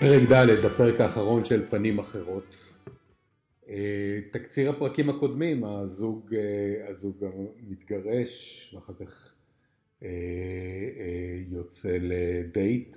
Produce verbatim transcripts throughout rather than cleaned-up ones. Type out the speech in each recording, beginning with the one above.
פרק ד', הפרק האחרון של פנים אחרות. תקציר הפרקים הקודמים, הזוג, הזוג מתגרש ואחר כך יוצא לדייט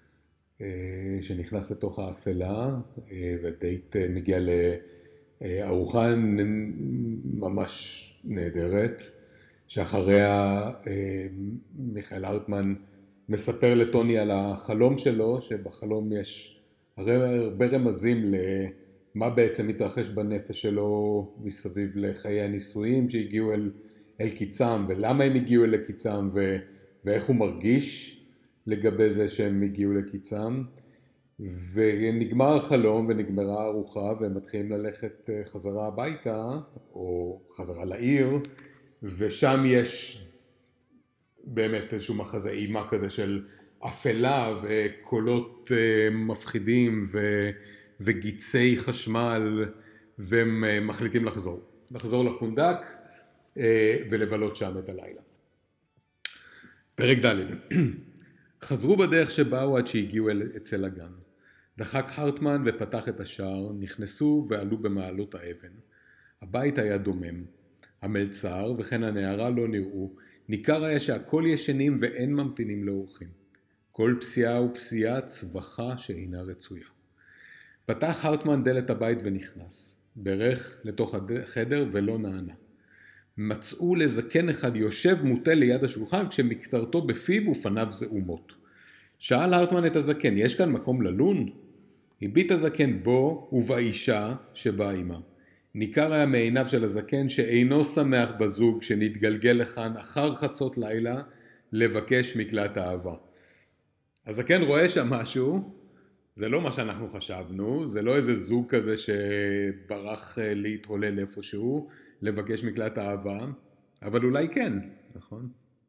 שנכנס לתוך האפלה, ודייט מגיע לארוחה ממש נהדרת, שאחריה מיכאל הרטמן מספר לטוני על החלום שלו, שבחלום יש הרבה רמזים למה בעצם מתרחש בנפש שלו מסביב לחיי הנישואים שהגיעו אל, אל קיצם, ולמה הם הגיעו אל קיצם, ו, ואיך הוא מרגיש לגבי זה שהם הגיעו לקיצם. ונגמר החלום ונגמרה הארוחה, והם מתחילים ללכת חזרה הביתה, או חזרה לעיר, ושם יש באמת איזשהו מחזה אימה כזה של אפלה וקולות מפחידים ו... וגיצי חשמל, והם מחליטים לחזור. לחזור לפונדק ולבלות שם את הלילה. פרק ד'. חזרו בדרך שבאו עד שהגיעו אצל הגן. דחק הרטמן ופתח את השער, נכנסו ועלו במעלות האבן. הבית היה דומם. המלצר וכן הנערה לא נראו, ניכר היה שהכל ישנים ואין ממתינים לאורחים. כל פסיעה ופסיעה צווחה שאינה רצויה. פתח הרטמן דלת הבית ונכנס. ברך לתוך החדר ולא נענה. מצאו לזקן אחד יושב מוטה ליד השולחן כשמקטרתו בפיו ופניו זעומות. שאל הרטמן את הזקן, יש כאן מקום ללון? הביט הזקן בו ובאישה שבאה עמה. ניכר היה מעיניו של הזקן שאינו שמח בזוג שנתגלגל לכאן אחר חצות לילה לבקש מקלט אהבה. הזקן רואה שם משהו, זה לא מה שאנחנו חשבנו, זה לא איזה זוג כזה שברח להתהולל איפשהו לבקש מקלט אהבה, אבל אולי כן, נכון?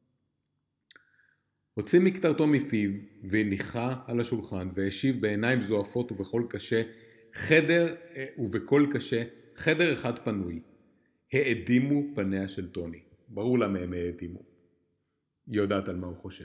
הוציא מקטרתו מפיו והניחה על השולחן והשיב בעיניים זועפות ובקול קשה, חדר ובקול קשה, חדר אחד פנוי. העדימו פניה של טוני. ברור למה הם העדימו. היא יודעת על מה הוא חושב.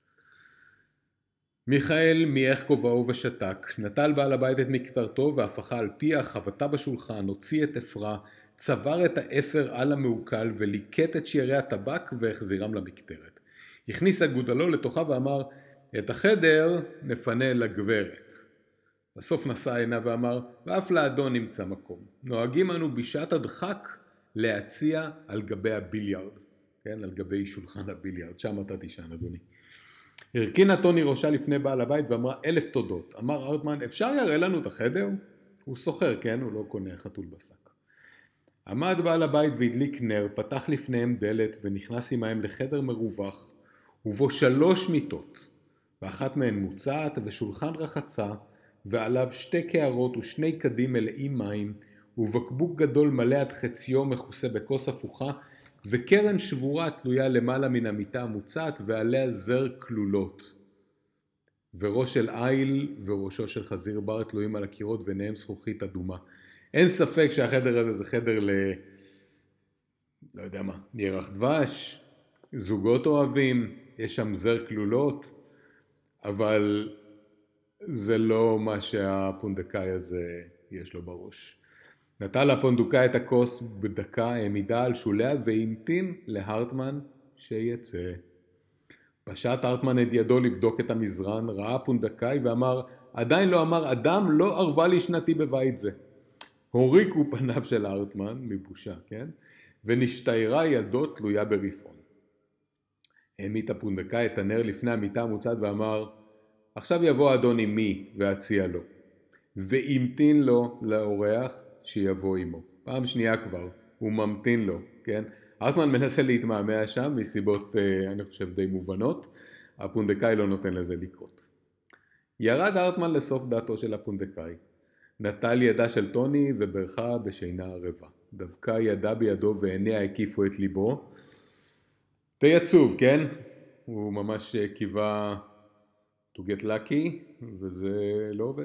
מיכאל מייך כובעו ושתק, נטל בעל הבית את מקטרתו והפכה על פיה, חבטה בשולחן, הוציא את אפרה, צבר את האפר על המעוקל וליקט את שירי הטבק והחזירם למקטרת. הכניס הגודלו לתוכה ואמר, את החדר נפנה לגברת. בסוף נשא עיניו ואמר, ואף לאדון נמצא מקום. נוהגים אנו בשעת הדחק להציע על גבי הביליארד. כן, על גבי שולחן הביליארד. שם אתה תישן, אדוני. הרכינה טוני ראשה לפני בעל הבית ואמרה, אלף תודות. אמר הרטמן, אפשר יראה לנו את החדר? הוא סוחר, כן? הוא לא קונה חתול בשק. עמד בעל הבית והדליק נר, פתח לפניהם דלת ונכנס עמהם לחדר מרווח, ובו שלוש מיטות, ואחת מהן מוצעת ושולחן רחצה, ועליו שתי קערות ושני קדים מלאים מים, ובקבוק גדול מלא עד חציו מכוסה בכוס הפוכה, וקרן שבורה תלויה למעלה מן המיטה המוצעת, ועליה זר כלולות. וראש של איל וראשו של חזיר בר תלויים על הקירות, ביניהם זכוכית אדומה. אין ספק שהחדר הזה זה חדר ל... לא יודע מה, ירח דבש, זוגות אוהבים, יש שם זר כלולות, אבל זה לא מה שהפונדקאי הזה יש לו בראש. נטל הפונדקאי את הכוס בדקה, העמידה על שוליה והמתין להרטמן שיצא. פשט הרטמן את ידו לבדוק את המזרן, ראה פונדקאי ואמר, עדיין לא אמר אדם לא ערבה לי שנתי בבית זה. הוריקו פניו של הרטמן מבושה, כן? ונשתיירה ידו תלויה ברפעון. העמיד הפונדקאי את הנר לפני המיטה המוצעת ואמר, עכשיו יבוא אדון עמי והציע לו, והמתין לו לאורח שיבוא עמו. פעם שנייה כבר, הוא ממתין לו, כן? הרטמן מנסה להתמהמה שם, מסיבות, אני חושב, די מובנות. הפונדקאי לא נותן לזה לקרות. ירד הרטמן לסוף דעתו של הפונדקאי. נטל ידה של טוני וברכה בשינה ערבה. דווקא ידה בידו ועיניה הקיפו את ליבו. די עצוב, כן? הוא ממש קיווה to get lucky, וזה לא עובד.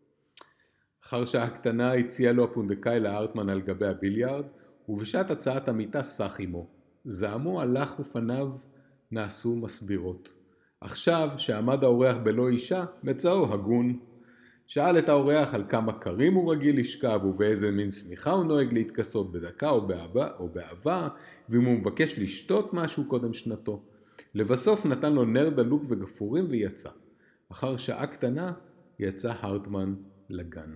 אחר שעה קטנה הציע לו הפונדקאי להרטמן על גבי הביליארד, ובשעת הצעת המיטה סח עמו. זעמו הלך ופניו נעשו מסבירות. עכשיו שעמד האורח בלא אישה, מצאו הגון. שאל את האורח על כמה קרים הוא רגיל לשכב ובאיזה מין סמיכה הוא נוהג להתכסות בדקה או באהבה, או באהבה, ואם הוא מבקש לשתות משהו קודם שנתו. לבסוף נתן לו נר דלוק וגפורים ויצא. אחר שעה קטנה יצא הרטמן לגן.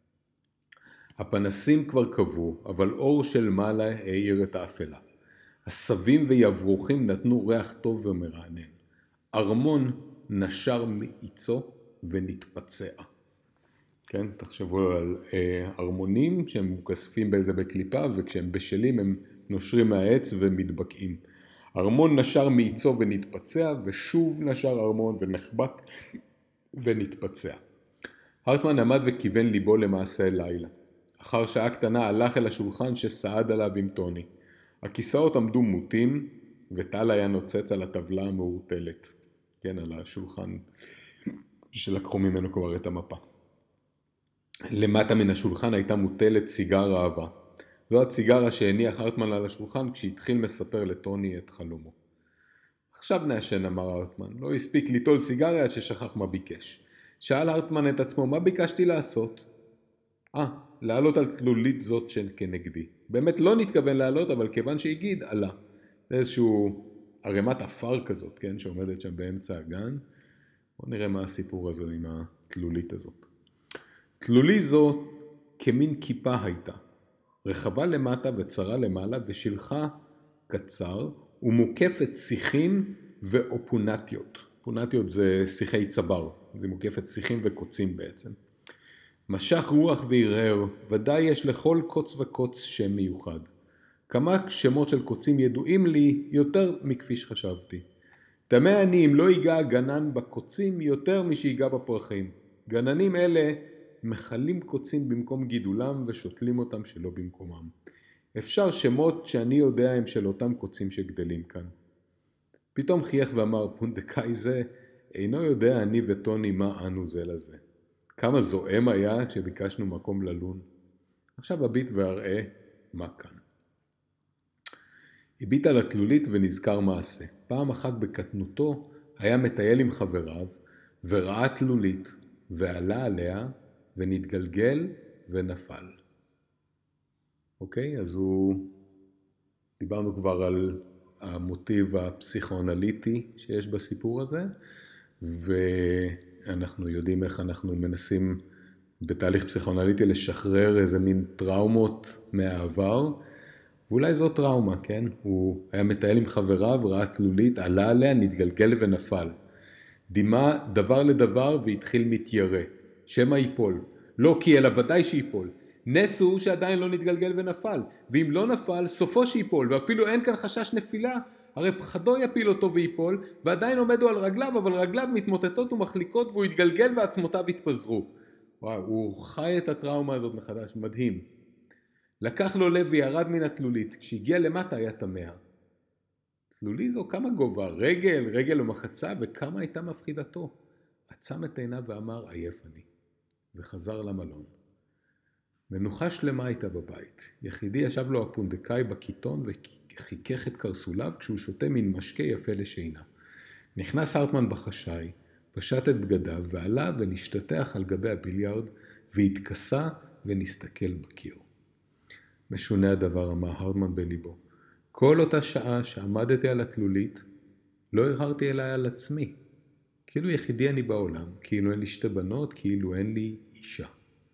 הפנסים כבר קבעו, אבל אור של מעלה העיר את האפלה. הסבים ויברוכים נתנו ריח טוב ומרענן. ארמון נשר מאיצו ונתפצע. כן, תחשבו על אה, ארמונים שהם מוקספים באיזה בקליפה, וכשהם בשלים הם נושרים מהעץ ומתבקעים. ארמון נשר מאיצו ונתפצע, ושוב נשר ארמון ונחבק ונתפצע. הרטמן עמד וכיוון ליבו למעשה לילה. אחר שעה קטנה הלך אל השולחן שסעד עליו עם טוני. הכיסאות עמדו מוטים, וטל היה נוצץ על הטבלה המעורטלת. כן, על השולחן שלקחו ממנו כבר את המפה. למטה מן השולחן הייתה מוטלת סיגר אהבה. זו הסיגרה שהניח הרטמן על השולחן כשהתחיל מספר לטוני את חלומו. עכשיו נעשן, אמר הרטמן. לא הספיק ליטול סיגריה עד ששכח מה ביקש. שאל הרטמן את עצמו, מה ביקשתי לעשות? אה, לעלות על תלולית זאת של כנגדי. באמת לא נתכוון לעלות, אבל כיוון שהגיד, עלה. זה איזשהו ערימת אפר כזאת, כן, שעומדת שם באמצע הגן. בואו נראה מה הסיפור הזה עם התלולית הזאת. תלולי זו כמין כיפה הייתה, רחבה למטה וצרה למעלה ושלחה קצר ומוקפת שיחים ואופונטיות. אופונטיות זה שיחי צבר, זה מוקפת שיחים וקוצים בעצם. משך רוח וערער, ודאי יש לכל קוץ וקוץ שם מיוחד. כמה שמות של קוצים ידועים לי יותר מכפי שחשבתי. תמה אני אם לא ייגע הגנן בקוצים יותר משיגע בפרחים. גננים אלה מחלים קוצים במקום גידולם ושותלים אותם שלא במקומם. אפשר שמות שאני יודע הם של אותם קוצים שגדלים כאן. פתאום חייך ואמר, פונדקאי זה אינו יודע אני וטוני מה אנו זה לזה. כמה זועם היה כשביקשנו מקום ללון. עכשיו הביט והראה מה כאן. הביט על התלולית ונזכר מעשה. פעם אחת בקטנותו היה מטייל עם חבריו וראה תלולית ועלה עליה ונתגלגל ונפל. אוקיי? אז הוא, דיברנו כבר על המוטיב הפסיכואנליטי שיש בסיפור הזה, ואנחנו יודעים איך אנחנו מנסים בתהליך פסיכואנליטי לשחרר איזה מין טראומות מהעבר, ואולי זו טראומה, כן? הוא היה מטייל עם חבריו, ראה תלולית, עלה עליה, נתגלגל ונפל. דימה דבר לדבר והתחיל מתיירא. שמה ייפול. לא כי אלא ודאי שיפול. נס הוא שעדיין לא נתגלגל ונפל. ואם לא נפל, סופו שיפול. ואפילו אין כאן חשש נפילה. הרי פחדו יפיל אותו ויפול. ועדיין עומדו על רגליו, אבל רגליו מתמוטטות ומחליקות והוא יתגלגל ועצמותיו יתפזרו. וואו, הוא חי את הטראומה הזאת מחדש. מדהים. לקח לו לב וירד מן התלולית. כשהגיע למטה היה תמה. תלולי זו כמה גובה, רגל, רגל ומחצה, וכמה הייתה מפחידתו. עצם את עיניו ואמר, עייף אני, וחזר למלון. מנוחה שלמה הייתה בבית. יחידי ישב לו הפונדקאי בקיטון וחיכך את קרסוליו כשהוא שותה מן משקה יפה לשינה. נכנס הרטמן בחשאי, פשט את בגדיו ועלה ונשתטח על גבי הביליארד והתכסה ונסתכל בקיר. משונה הדבר, אמר הרטמן בליבו. כל אותה שעה שעמדתי על התלולית, לא הרהרתי אליי על עצמי. כאילו יחידי אני בעולם, כאילו אין לי שתי בנות, כאילו אין לי אישה.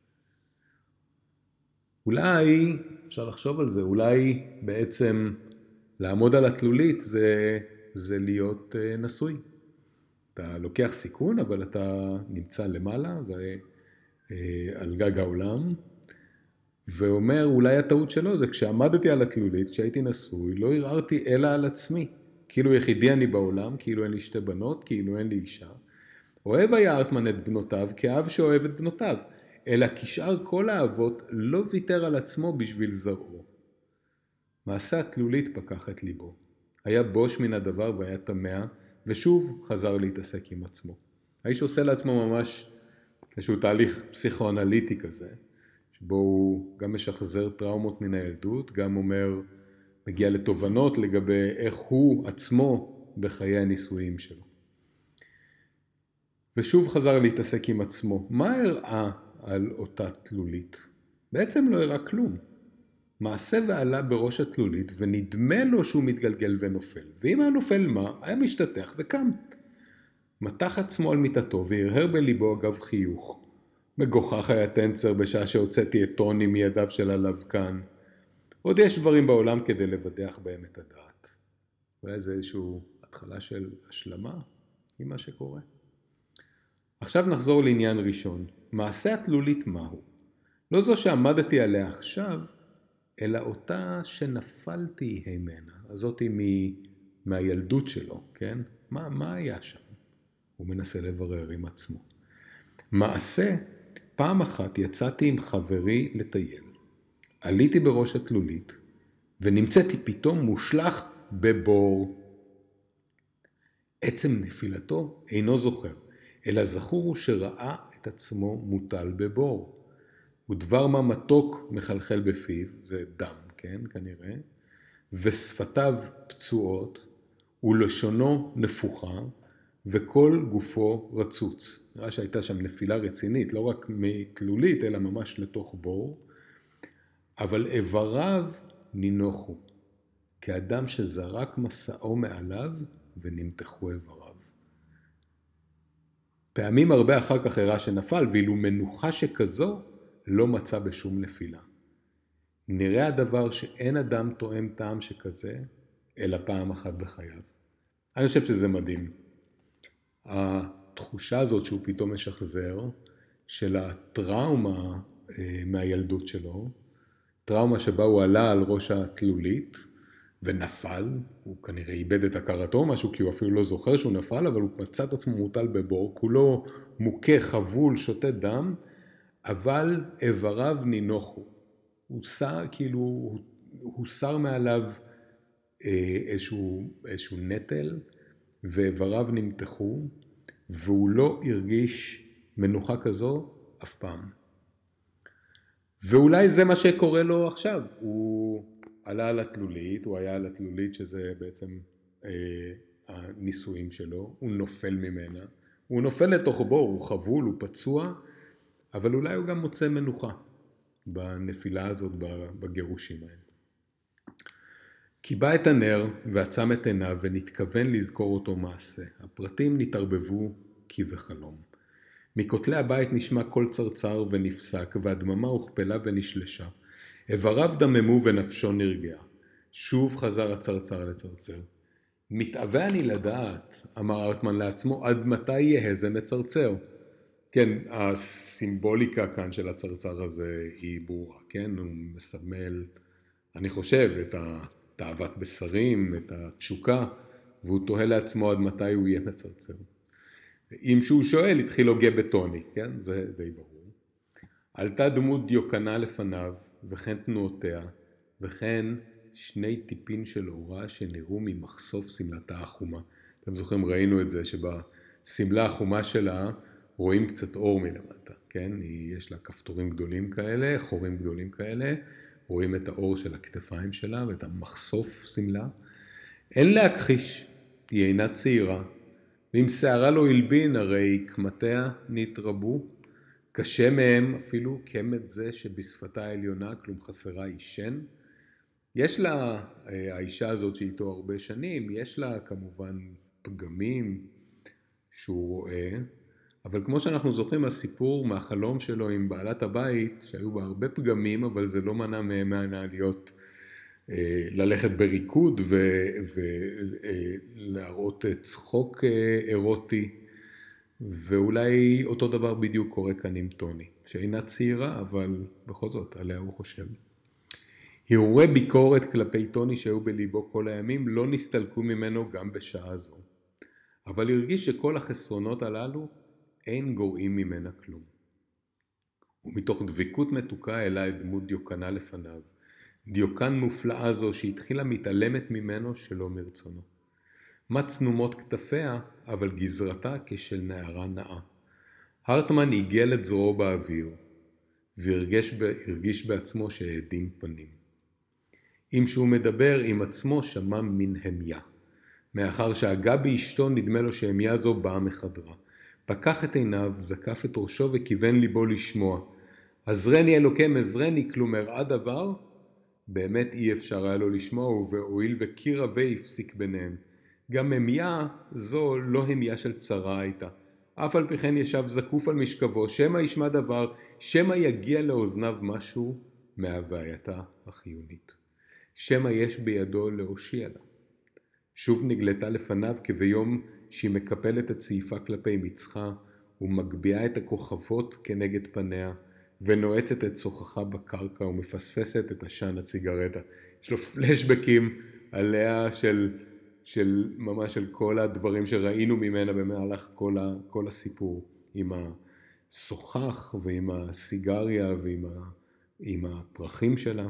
אולי, אפשר לחשוב על זה, אולי בעצם לעמוד על התלולית זה, זה להיות נשוי. אתה לוקח סיכון, אבל אתה נמצא למעלה ועל גג העולם, ואומר, אולי הטעות שלו זה כשעמדתי על התלולית, כשהייתי נשוי, לא הרהרתי אלא על עצמי. כאילו יחידי אני בעולם, כאילו אין לי שתי בנות, כאילו אין לי אישה. אוהב היה הרטמן את בנותיו, כאב שאוהב את בנותיו, אלא כשאר כל האהבות לא ויתר על עצמו בשביל זרעו. מעשה התלולית פקח את ליבו. היה בוש מן הדבר והיה תמה, ושוב חזר להתעסק עם עצמו. האיש עושה לעצמו ממש איזשהו תהליך פסיכואנליטי כזה, שבו הוא גם משחזר טראומות מן הילדות, גם אומר, מגיע לתובנות לגבי איך הוא עצמו בחיי הנישואים שלו. ושוב חזר להתעסק עם עצמו. מה הראה על אותה תלולית? בעצם לא הראה כלום. מעשה ועלה בראש התלולית, ונדמה לו שהוא מתגלגל ונופל. ואם היה נופל מה? היה משתתח וקם. מתח עצמו על מיטתו, והרהר בליבו אגב חיוך. מגוחך היה טנצר בשעה שהוצאתי את טוני מידיו של הלבקן. עוד יש דברים בעולם כדי לבדח בהם את הדעת. אולי זה איזושהי התחלה של השלמה עם מה שקורה. עכשיו נחזור לעניין ראשון. מעשה התלולית מהו? לא זו שעמדתי עליה עכשיו, אלא אותה שנפלתי הימנה. הזאתי מ... מהילדות שלו, כן? מה, מה היה שם? הוא מנסה לברר עם עצמו. מעשה, פעם אחת יצאתי עם חברי לטייל. עליתי בראש התלולית, ונמצאתי פתאום מושלך בבור. עצם נפילתו אינו זוכר, אלא זכור הוא שראה את עצמו מוטל בבור. ודבר מה מתוק מחלחל בפיו, זה דם, כן, כנראה, ושפתיו פצועות, ולשונו נפוחה, וכל גופו רצוץ. נראה שהייתה שם נפילה רצינית, לא רק מתלולית, אלא ממש לתוך בור, אבל איבריו נינוחו, כאדם שזרק מסעו מעליו ונמתחו איבריו. פעמים הרבה אחר כך הראה שנפל, ואילו מנוחה שכזו לא מצא בשום נפילה. נראה הדבר שאין אדם תואם טעם שכזה, אלא פעם אחת בחייו. אני חושב שזה מדהים. התחושה הזאת שהוא פתאום משחזר, של הטראומה מהילדות שלו, טראומה שבה הוא עלה על ראש התלולית ונפל, הוא כנראה איבד את הכרתו משהו, כי הוא אפילו לא זוכר שהוא נפל, אבל הוא מצא את עצמו מוטל בבור, כולו מוכה, חבול, שותה דם, אבל איבריו נינוחו. הוא שר, כאילו, הוא, הוא שר מעליו איזשהו, איזשהו נטל, ואיבריו נמתחו, והוא לא הרגיש מנוחה כזו אף פעם. ואולי זה מה שקורה לו עכשיו. הוא עלה על התלולית, הוא היה על התלולית שזה בעצם אה, הניסויים שלו, הוא נופל ממנה, הוא נופל לתוך בור, הוא חבול, הוא פצוע, אבל אולי הוא גם מוצא מנוחה בנפילה הזאת, בגירושים האלה. קיבע את הנר ועצם את עיניו ונתכוון לזכור אותו מעשה. הפרטים נתערבבו כבחלום. מכותלי הבית נשמע קול צרצר ונפסק, והדממה הוכפלה ונשלשה. איבריו דממו ונפשו נרגעה. שוב חזר הצרצר לצרצר. מתאווה אני לדעת, אמר ארטמן לעצמו, עד מתי יהיה זה מצרצר. כן, הסימבוליקה כאן של הצרצר הזה היא ברורה, כן? הוא מסמל, אני חושב, את תאוות בשרים, את התשוקה, והוא תוהה לעצמו עד מתי הוא יהיה מצרצר. אם שהוא שואל, התחיל הוגה בטוני, כן? זה די ברור. עלתה דמות דיוקנה לפניו, וכן תנועותיה, וכן שני טיפין של אורה שנראו ממחשוף סמלתה החומה. אתם זוכרים, ראינו את זה, שבסמלה החומה שלה רואים קצת אור מלמטה, כן? יש לה כפתורים גדולים כאלה, חורים גדולים כאלה, רואים את האור של הכתפיים שלה ואת המחשוף סמלה. אין להכחיש, היא אינה צעירה, ואם שערה לא הלבין, הרי קמתיה נתרבו. קשה מהם אפילו קמת זה שבשפתה העליונה, כלום חסרה אישן. יש לה, האישה הזאת שאיתו הרבה שנים, יש לה כמובן פגמים שהוא רואה, אבל כמו שאנחנו זוכרים, הסיפור מהחלום שלו עם בעלת הבית, שהיו בה הרבה פגמים, אבל זה לא מנע ממנה להיות, ללכת בריקוד ולהראות צחוק אירוטי, ואולי אותו דבר בדיוק קורה כאן עם טוני, שאינה צעירה, אבל בכל זאת עליה הוא חושב. הרהורי ביקורת כלפי טוני שהיו בליבו כל הימים, לא נסתלקו ממנו גם בשעה זו. אבל הרגיש שכל החסרונות הללו אין גורעים ממנה כלום. ומתוך דבקות מתוקה העלה את דמות דיוקנה לפניו, דיוקן מופלאה זו שהתחילה מתעלמת ממנו שלא מרצונו. מה צנומות כתפיה, אבל גזרתה כשל נערה נאה. הרטמן עיגל את זרועו באוויר, והרגיש בעצמו שהעדים פנים. אם שהוא מדבר עם עצמו שמע מן המיה. מאחר שהגה באשתו נדמה לו שהמיה זו באה מחדרה. פקח את עיניו, זקף את ראשו וכיוון ליבו לשמוע. עזרני אלוקים עזרני, כלומר עד דבר, באמת אי אפשר היה לו לשמוע, והואיל וקיר עבה הפסיק ביניהם. גם המיה זו לא המיה של צרה הייתה. אף על פי כן ישב זקוף על משכבו, שמא ישמע דבר, שמא יגיע לאוזניו משהו מהווייתה החיונית. שמא יש בידו להושיע לה. שוב נגלתה לפניו כביום שהיא מקפלת את צעיפה כלפי מצחה, ומגביעה את הכוכבות כנגד פניה, ונועצת את שוחחה בקרקע ומפספסת את עשן הציגרטה. יש לו פלשבקים עליה של, של ממש של כל הדברים שראינו ממנה במהלך כל, ה, כל הסיפור, עם השוחח ועם הסיגריה ועם ה, עם הפרחים שלה.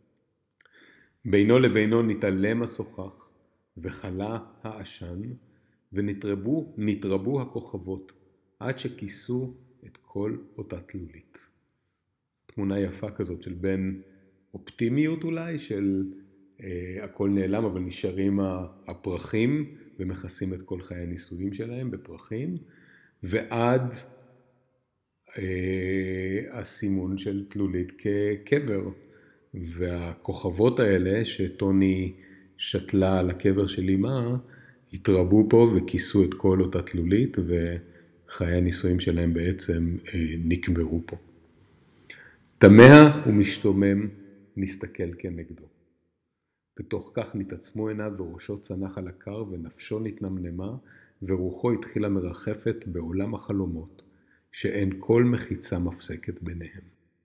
בינו לבינו נתעלם השוחח וחלה העשן, ונתרבו נתרבו הכוכבות עד שכיסו את כל אותה תלולית. תמונה יפה כזאת של בין אופטימיות אולי, של אה, הכל נעלם אבל נשארים הפרחים ומכסים את כל חיי הניסויים שלהם בפרחים, ועד אה, הסימון של תלולית כקבר. והכוכבות האלה שטוני שתלה על הקבר של אמה, התרבו פה וכיסו את כל אותה תלולית, וחיי הניסויים שלהם בעצם אה, נקברו פה. תמה ומשתומם נסתכל כנגדו. בתוך כך נתעצמו עיניו וראשו צנח על הקר ונפשו נתנמנמה, ורוחו התחילה מרחפת בעולם החלומות, שאין כל מחיצה מפסקת ביניהם.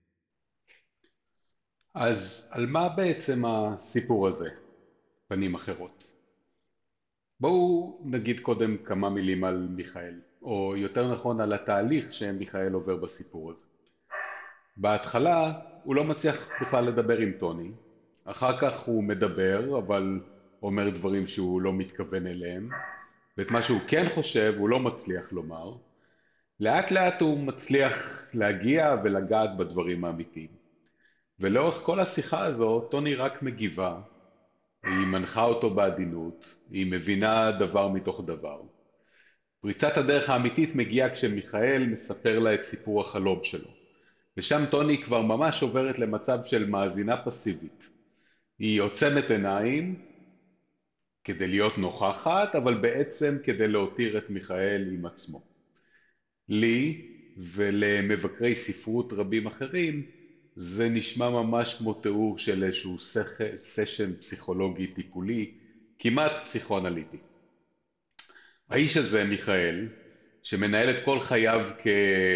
אז על מה בעצם הסיפור הזה, פנים אחרות? בואו נגיד קודם כמה מילים על מיכאל, או יותר נכון על התהליך שמיכאל עובר בסיפור הזה. בהתחלה הוא לא מצליח בכלל לדבר עם טוני, אחר כך הוא מדבר אבל אומר דברים שהוא לא מתכוון אליהם, ואת מה שהוא כן חושב הוא לא מצליח לומר. לאט לאט הוא מצליח להגיע ולגעת בדברים האמיתיים. ולאורך כל השיחה הזו טוני רק מגיבה, היא מנחה אותו בעדינות, היא מבינה דבר מתוך דבר. פריצת הדרך האמיתית מגיעה כשמיכאל מספר לה את סיפור החלום שלו. ושם טוני כבר ממש עוברת למצב של מאזינה פסיבית. היא עוצמת עיניים כדי להיות נוכחת, אבל בעצם כדי להותיר את מיכאל עם עצמו. לי ולמבקרי ספרות רבים אחרים, זה נשמע ממש כמו תיאור של איזשהו סשן פסיכולוגי טיפולי, כמעט פסיכואנליטי. האיש הזה, מיכאל, שמנהל את כל חייו כ...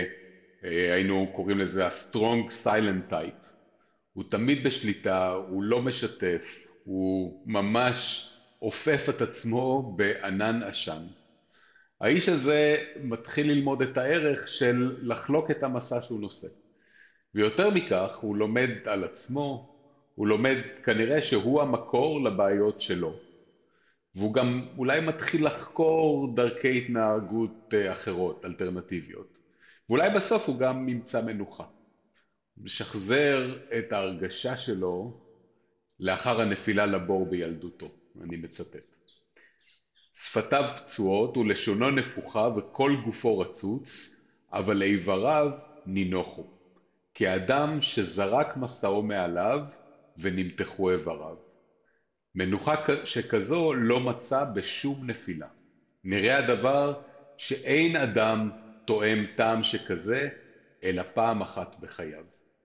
היינו קוראים לזה ה-strong silent type, הוא תמיד בשליטה, הוא לא משתף, הוא ממש עופף את עצמו בענן עשן. האיש הזה מתחיל ללמוד את הערך של לחלוק את המסע שהוא נושא. ויותר מכך, הוא לומד על עצמו, הוא לומד כנראה שהוא המקור לבעיות שלו. והוא גם אולי מתחיל לחקור דרכי התנהגות אחרות, אלטרנטיביות. ואולי בסוף הוא גם ימצא מנוחה. משחזר את ההרגשה שלו לאחר הנפילה לבור בילדותו, אני מצטט. שפתיו פצועות ולשונו נפוחה וכל גופו רצוץ, אבל איבריו נינוחו, כאדם שזרק מסעו מעליו ונמתחו איבריו. מנוחה שכזו לא מצא בשום נפילה. נראה הדבר שאין אדם תואם טעם שכזה, אלא פעם אחת בחייו.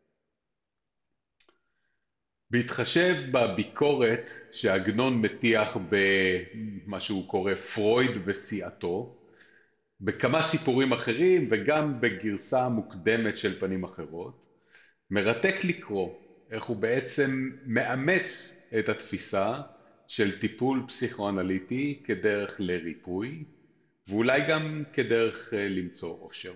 בהתחשב בביקורת שעגנון מטיח במה שהוא קורא פרויד וסיעתו, בכמה סיפורים אחרים וגם בגרסה מוקדמת של פנים אחרות, מרתק לקרוא איך הוא בעצם מאמץ את התפיסה של טיפול פסיכואנליטי כדרך לריפוי, ואולי גם כדרך למצוא אושר.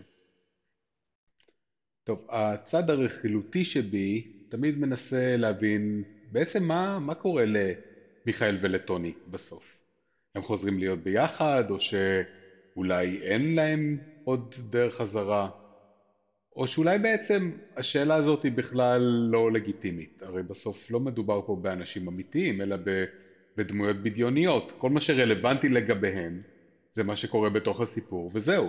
טוב, הצד הרכילותי שבי תמיד מנסה להבין בעצם מה, מה קורה למיכאל ולטוני בסוף. הם חוזרים להיות ביחד, או שאולי אין להם עוד דרך חזרה, או שאולי בעצם השאלה הזאת היא בכלל לא לגיטימית. הרי בסוף לא מדובר פה באנשים אמיתיים, אלא בדמויות בדיוניות. כל מה שרלוונטי לגביהם זה מה שקורה בתוך הסיפור, וזהו.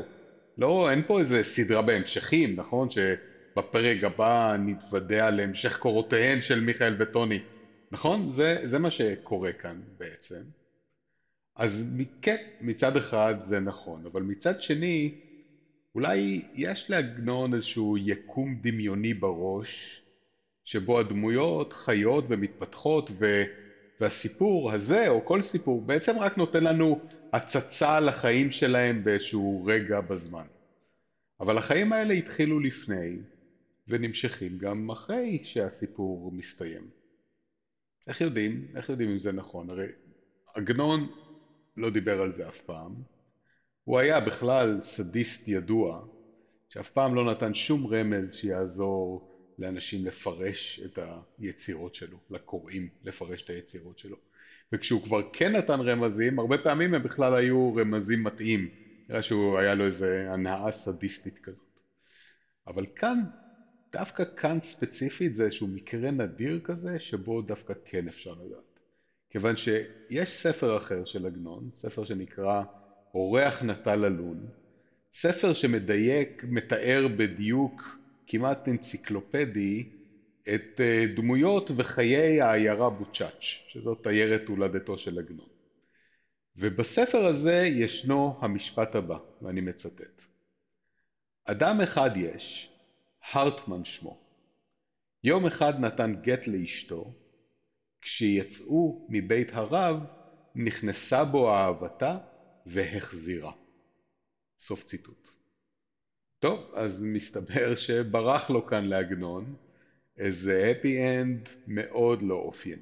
לא, אין פה איזה סדרה בהמשכים, נכון? שבפרק הבא נתוודע על המשך קורותיהן של מיכאל וטוני. נכון? זה, זה מה שקורה כאן בעצם. אז כן, מצד אחד זה נכון, אבל מצד שני, אולי יש לעגנון איזשהו יקום דמיוני בראש, שבו הדמויות חיות ומתפתחות, ו... והסיפור הזה, או כל סיפור, בעצם רק נותן לנו הצצה על החיים שלהם באיזשהו רגע בזמן. אבל החיים האלה התחילו לפני, ונמשכים גם אחרי שהסיפור מסתיים. איך יודעים? איך יודעים אם זה נכון? הרי עגנון לא דיבר על זה אף פעם. הוא היה בכלל סדיסט ידוע, שאף פעם לא נתן שום רמז שיעזור לאנשים לפרש את היצירות שלו, לקוראים לפרש את היצירות שלו. וכשהוא כבר כן נתן רמזים, הרבה פעמים הם בכלל היו רמזים מתאים, נראה שהוא היה לו איזה הנאה סדיסטית כזאת. אבל כאן, דווקא כאן ספציפית זה איזשהו מקרה נדיר כזה, שבו דווקא כן אפשר לדעת. כיוון שיש ספר אחר של עגנון, ספר שנקרא אורח נטל אלון, ספר שמדייק, מתאר בדיוק כמעט אנציקלופדי את דמויות וחיי העיירה בוצ'אץ', שזאת עיירת הולדתו של עגנון. ובספר הזה ישנו המשפט הבא, ואני מצטט. אדם אחד יש, הרטמן שמו. יום אחד נתן גט לאשתו, כשיצאו מבית הרב נכנסה בו אהבתה והחזירה. סוף ציטוט. טוב, אז מסתבר שברח לו כאן לעגנון איזה happy end מאוד לא אופייני.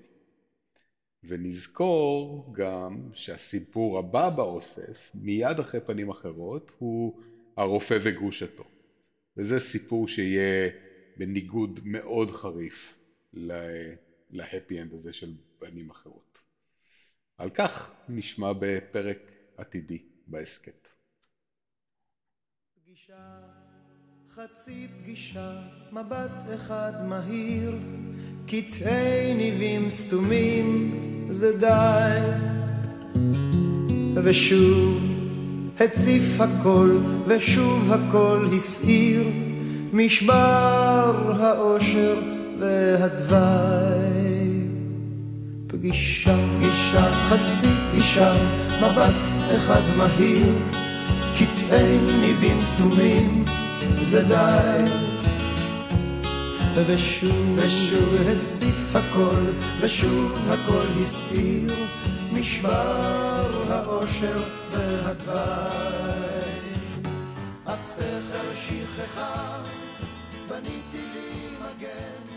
ונזכור גם שהסיפור הבא באוסף, מיד אחרי פנים אחרות, הוא הרופא וגרושתו. וזה סיפור שיהיה בניגוד מאוד חריף ל-happy end הזה של פנים אחרות. על כך נשמע בפרק עתידי בהסכת. פגישה, חצי פגישה, מבט אחד מהיר, קטעי ניבים סתומים, זה די. ושוב הציף הכל, ושוב הכל הסעיר, משבר האושר והדווי. פגישה, פגישה, חצי פגישה, מבט אחד מהיר, קטעי ניבים סתומים, זה די. ושוב, ושוב הציף הכל, ושוב הכל הסעיר, משבר האושר והדווי. אף שכל שכחה, בניתי לי מגן,